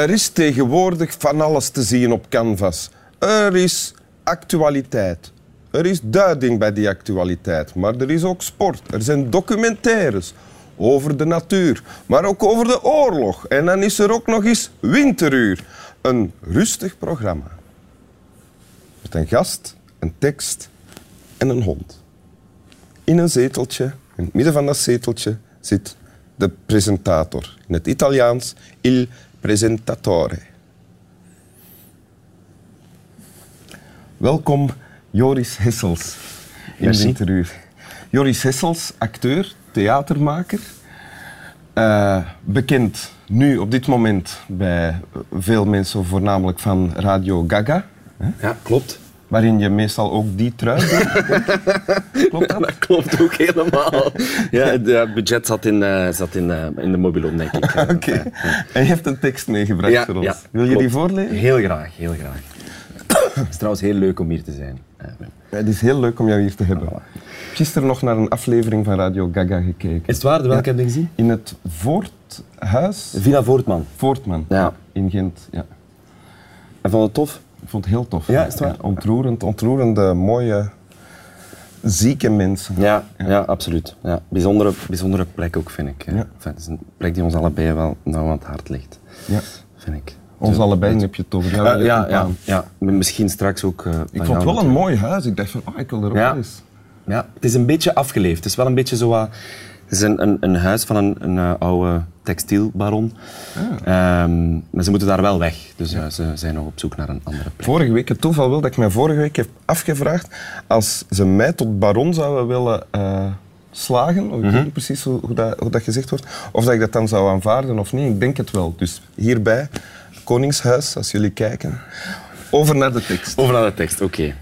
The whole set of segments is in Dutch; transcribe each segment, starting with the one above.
Er is tegenwoordig van alles te zien op Canvas. Er is actualiteit. Er is duiding bij die actualiteit. Maar er is ook sport. Er zijn documentaires over de natuur. Maar ook over de oorlog. En dan is er ook nog eens Winteruur. Een rustig programma. Met een gast, een tekst en een hond. In een zeteltje, in het midden van dat zeteltje, zit de presentator. In het Italiaans, il presentatore. Welkom, Joris Hessels in Winteruur. Joris Hessels, acteur, theatermaker. Bekend nu op dit moment bij veel mensen, voornamelijk van Radio Gaga. Ja, klopt. Waarin je meestal ook die trui doet. Klopt dat? Dat klopt ook helemaal. Ja, het budget zat in de mobiloom, denk ik. Oké. En je hebt een tekst meegebracht voor ons. Ja, wil je klopt. die voorlezen? Heel graag, heel graag. Het is trouwens heel leuk om hier te zijn. Ja, het is heel leuk om jou hier te hebben. Gisteren nog naar een aflevering van Radio Gaga gekeken. Is het waar? Welke heb je gezien? In het Voorthuis. Villa Voortman. Voortman, Ja. in Gent. Ja. En vond het tof? Ik vond het heel tof. Ja, is het waar? Ja, ontroerende, mooie, zieke mensen. Ja, absoluut. Ja. Bijzondere plek ook, vind ik. Ja. Enfin, het is een plek die ons allebei wel nauw aan het hart ligt, Ja. vind ik. Ons allebei heb je het over. Ja. Misschien straks ook... Ik vond het wel een mooi huis. Ik dacht van, ik wil er ook wel eens. Ja, het is een beetje afgeleefd. Het is wel een beetje zo... Het is een huis van een oude textielbaron. Maar ze moeten daar wel weg. Dus ze zijn nog op zoek naar een andere plek. Vorige week, het toeval wil dat ik mij vorige week heb afgevraagd, als ze mij tot baron zouden willen slagen, of ik weet niet precies hoe dat gezegd wordt, of dat ik dat dan zou aanvaarden of niet. Ik denk het wel. Dus hierbij, Koningshuis, als jullie kijken. Over naar de tekst. Over naar de tekst, oké.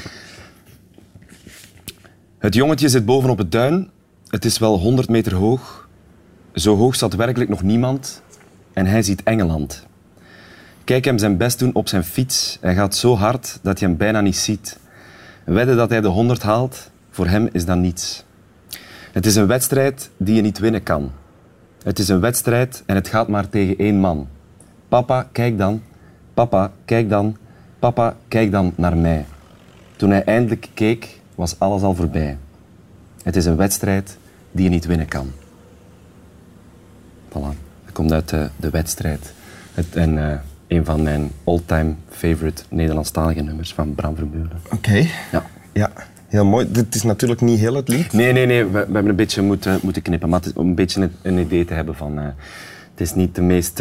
Het jongetje zit boven op het duin. Het is wel 100 meter hoog. Zo hoog zat werkelijk nog niemand. En hij ziet Engeland. Kijk hem zijn best doen op zijn fiets. Hij gaat zo hard dat je hem bijna niet ziet. Wedden dat hij de 100 haalt, voor hem is dat niets. Het is een wedstrijd die je niet winnen kan. Het is een wedstrijd en het gaat maar tegen één man. Papa, kijk dan. Papa, kijk dan. Papa, kijk dan naar mij. Toen hij eindelijk keek, was alles al voorbij. Het is een wedstrijd die je niet winnen kan. Voilà. Het komt uit de wedstrijd. Een van mijn all-time favorite Nederlandstalige nummers van Bram Vermeulen. Oké. Ja, heel mooi. Dit is natuurlijk niet heel het lied. Nee. We hebben een beetje moeten knippen. Maar het is om een beetje een idee te hebben van... het is niet de meest...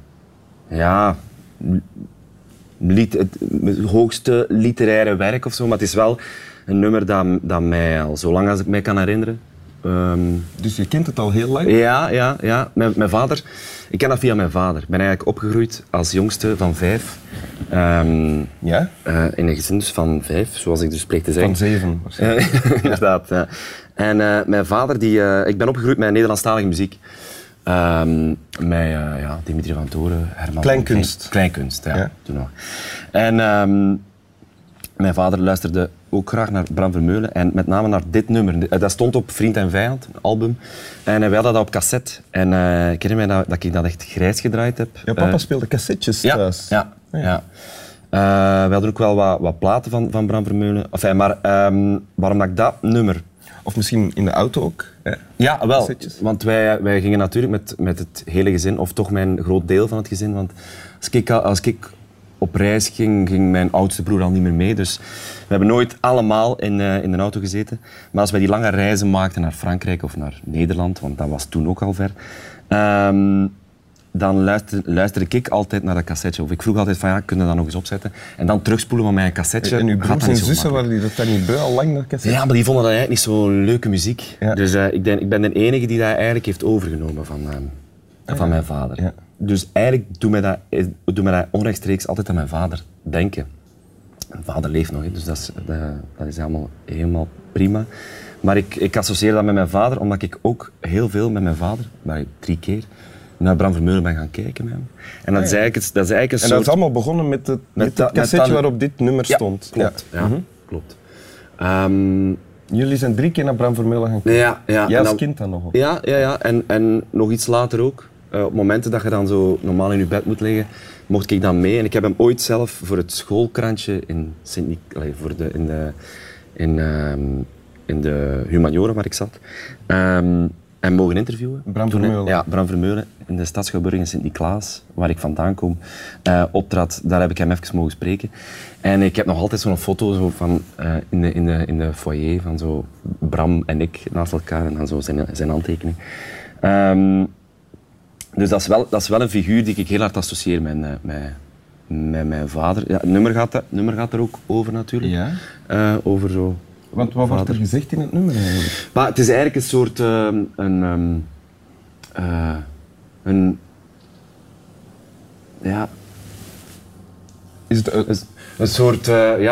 het hoogste literaire werk of zo, maar het is wel een nummer dat mij al zo lang als ik mij kan herinneren. Dus je kent het al heel lang? Ja. Mijn vader, ik ken dat via mijn vader. Ik ben eigenlijk opgegroeid als jongste van 5. In een gezin dus van 5, zoals ik dus spreek te zeggen. Van 7 waarschijnlijk. Inderdaad, ja. En mijn vader, ik ben opgegroeid met Nederlandstalige muziek. Met Dimitri van Toren, Herman... Kleinkunst, ja. Toen nog. En mijn vader luisterde ook graag naar Bram Vermeulen en met name naar dit nummer. Dat stond op Vriend en Vijand, een album. En wij hadden dat op cassette. En ik herinner mij dat ik dat echt grijs gedraaid heb. Ja, papa speelde cassettes thuis. Ja. We hadden ook wel wat platen van Bram Vermeulen. Enfin, maar waarom dat ik dat nummer... Of misschien in de auto ook? Ja, wel. Want wij gingen natuurlijk met het hele gezin, of toch mijn groot deel van het gezin. Want als ik op reis ging mijn oudste broer al niet meer mee. Dus we hebben nooit allemaal in de auto gezeten. Maar als wij die lange reizen maakten naar Frankrijk of naar Nederland, want dat was toen ook al ver, dan luisterde ik altijd naar dat cassetje. Of ik vroeg altijd van, kun je dat nog eens opzetten? En dan terugspoelen van mijn cassetje. En uw broers en zussen, waren die dat dan niet beu al lang, dat cassetje? Ja, maar die vonden dat eigenlijk niet zo leuke muziek. Ja. Dus ik ben de enige die dat eigenlijk heeft overgenomen van mijn vader. Ja. Dus eigenlijk doet mij dat onrechtstreeks altijd aan mijn vader denken. Mijn vader leeft nog, dus dat is helemaal prima. Maar ik associeer dat met mijn vader, omdat ik ook heel veel met mijn vader, maar 3 keer, naar Bram Vermeulen ben gaan kijken met hem. En dat is eigenlijk een soort... En dat is allemaal begonnen met het cassetje waarop dit nummer stond. Klopt. Ja, klopt. Jullie zijn 3 keer naar Bram Vermeulen gaan kijken? Ja. Jij als kind dan nog? Ja. En nog iets later ook. Op momenten dat je dan zo normaal in je bed moet liggen, mocht ik dan mee. En ik heb hem ooit zelf voor het schoolkrantje in in de humaniora waar ik zat, en mogen interviewen. Bram Vermeulen. Ja, Bram Vermeulen in de Stad Schouwburg in Sint-Niklaas, waar ik vandaan kom, optrad. Daar heb ik hem even mogen spreken. En ik heb nog altijd zo'n foto zo van, in de foyer van zo Bram en ik naast elkaar en dan zo zijn handtekening. Dus dat is wel een figuur die ik heel hard associeer met mijn vader. Ja, het nummer gaat er ook over natuurlijk. Ja. Over zo... Want wat wordt er gezegd in het nummer eigenlijk? Maar het is eigenlijk een soort... ja... Is het Een soort...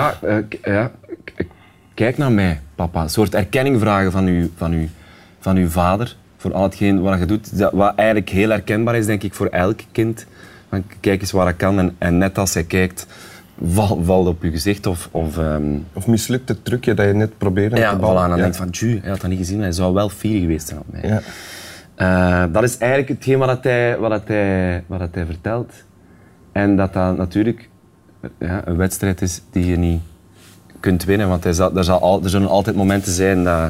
kijk naar mij, papa. Een soort erkenning vragen van uw vader. Voor al hetgeen wat je doet. Wat eigenlijk heel herkenbaar is, denk ik, voor elk kind. Van, kijk eens waar ik kan. En net als hij kijkt, valt op je gezicht. Of mislukt het trucje dat je net probeerde ja, te ballen. En dan denk je van, tju, hij had dat niet gezien. Hij zou wel fier geweest zijn op mij. Ja. Dat is eigenlijk hetgeen wat hij vertelt. En dat natuurlijk een wedstrijd is die je niet kunt winnen. Want er zullen altijd momenten zijn dat...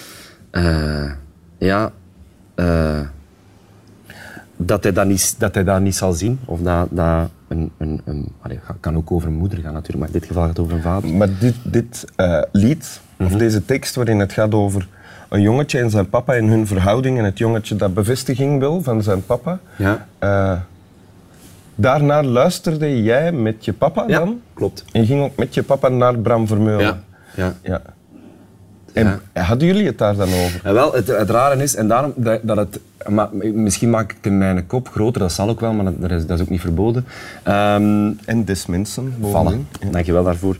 dat hij dat niet zal zien. Of dat het kan ook over een moeder gaan natuurlijk, maar in dit geval gaat het over een vader. Maar dit lied, of deze tekst waarin het gaat over een jongetje en zijn papa en hun verhouding en het jongetje dat bevestiging wil van zijn papa. Ja. Daarna luisterde jij met je papa dan? Ja, klopt. En je ging ook met je papa naar Bram Vermeulen. Ja. En hadden jullie het daar dan over? Ja, wel, het rare is, en daarom dat het... Maar misschien maak ik het in mijn kop groter, dat zal ook wel, maar dat is ook niet verboden. En des mensen, bovendien. Vallen. Dankjewel daarvoor.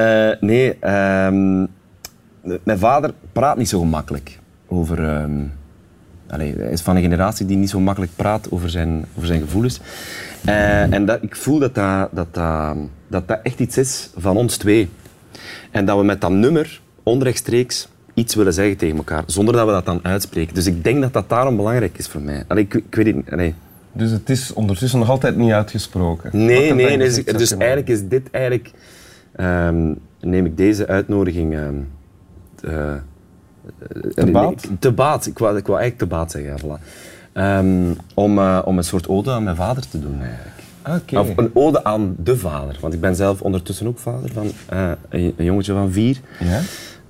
Mijn vader praat niet zo gemakkelijk over... hij is van een generatie die niet zo makkelijk praat over zijn gevoelens. En ik voel dat echt iets is van ons twee. En dat we met dat nummer onrechtstreeks iets willen zeggen tegen elkaar, zonder dat we dat dan uitspreken. Dus ik denk dat dat daarom belangrijk is voor mij. Ik weet het niet. Nee. Dus het is ondertussen nog altijd niet uitgesproken? Nee. Dus eigenlijk is dit... neem ik deze uitnodiging... te baat? Ik wou eigenlijk te baat zeggen, ja, voilà. Om een soort ode aan mijn vader te doen, eigenlijk. Okay. Of een ode aan de vader. Want ik ben zelf ondertussen ook vader van een jongetje van 4. Ja?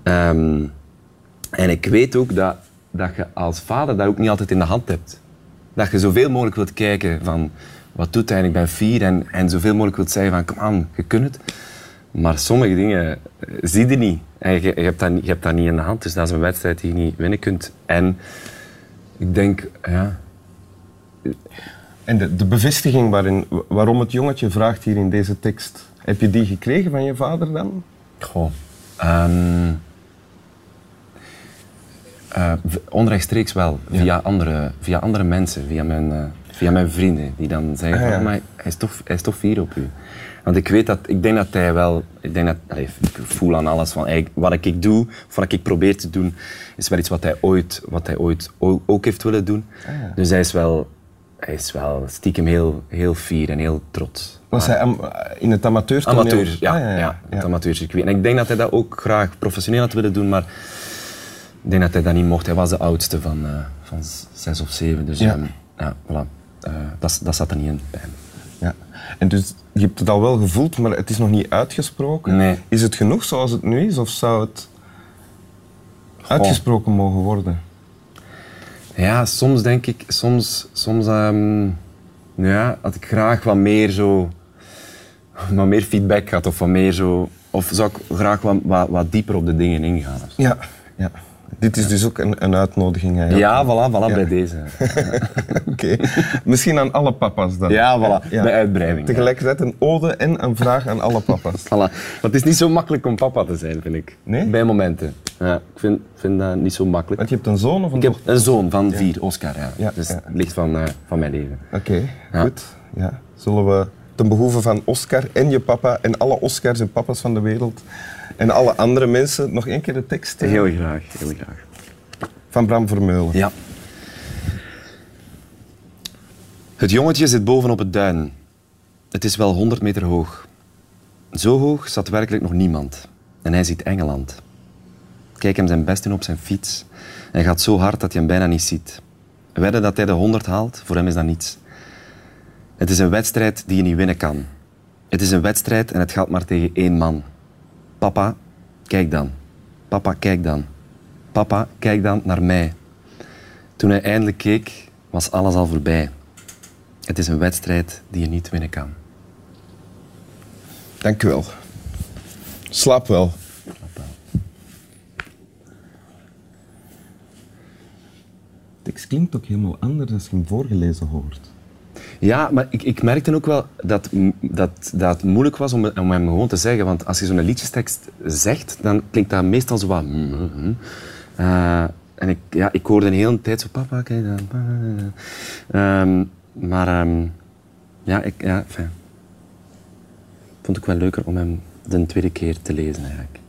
En ik weet ook dat je als vader dat ook niet altijd in de hand hebt. Dat je zoveel mogelijk wilt kijken van wat doet hij, ik ben 4 en zoveel mogelijk wilt zeggen van kom aan, je kunt het. Maar sommige dingen zie je niet. En je hebt dat niet in de hand. Dus dat is een wedstrijd die je niet winnen kunt. En ik denk, ja... En de bevestiging waarom het jongetje vraagt hier in deze tekst, heb je die gekregen van je vader dan? Goh. Onrechtstreeks wel. Ja. Via andere mensen. Via mijn vrienden. Die dan zeggen van, maar hij is toch fier op u. Want ik denk dat hij wel... ik voel aan alles van wat ik doe, of wat ik probeer te doen, is wel iets wat hij ooit ook heeft willen doen. Dus hij is wel stiekem heel fier en heel trots. Was hij in het amateurtoneel? Amateur, ja. Het amateurcircuit. En ik denk dat hij dat ook graag professioneel had willen doen, maar ik denk dat hij dat niet mocht. Hij was de oudste van 6 of 7, dus voilà. Dat zat er niet in bij hem. Ja. En dus je hebt het al wel gevoeld, maar het is nog niet uitgesproken. Nee. Is het genoeg zoals het nu is, of zou het uitgesproken mogen worden? Ja, soms denk ik, had ik graag wat meer feedback gehad, of wat meer zo, of zou ik graag wat dieper op de dingen ingaan. Ja. Dit is dus ook een uitnodiging eigenlijk. Ja, voilà, bij deze. Oké. Misschien aan alle papa's dan. Ja, voilà, bij uitbreiding. Tegelijkertijd een ode en een vraag aan alle papa's. Voilà. Maar het is niet zo makkelijk om papa te zijn, vind ik. Nee? Bij momenten. Ja, ik vind dat niet zo makkelijk. Want je hebt een zoon of een dochter? Ik heb een zoon van 4, Oscar. Ja. Dus het ligt van mijn leven. Oké, goed. Ja. Zullen we ten behoeve van Oscar en je papa en alle Oscars en papa's van de wereld en alle andere mensen nog één keer de tekst? Heel graag. Van Bram Vermeulen. Ja. Het jongetje zit boven op het duin. Het is wel 100 meter hoog. Zo hoog zat werkelijk nog niemand. En hij ziet Engeland. Kijk hem zijn best doen op zijn fiets. Hij gaat zo hard dat je hem bijna niet ziet. Wedden dat hij de 100 haalt, voor hem is dat niets. Het is een wedstrijd die je niet winnen kan. Het is een wedstrijd en het gaat maar tegen 1 man. Papa, kijk dan. Papa, kijk dan. Papa, kijk dan naar mij. Toen hij eindelijk keek, was alles al voorbij. Het is een wedstrijd die je niet winnen kan. Dank u wel. Slaap wel. De tekst klinkt ook helemaal anders als je hem voorgelezen hoort. Ja, maar ik merkte ook wel dat het moeilijk was om hem gewoon te zeggen. Want als je zo'n liedjestekst zegt, dan klinkt dat meestal zo wat... en ik hoorde een hele tijd zo... Papa, kijk dan. Enfin, vond ik wel leuker om hem de tweede keer te lezen eigenlijk.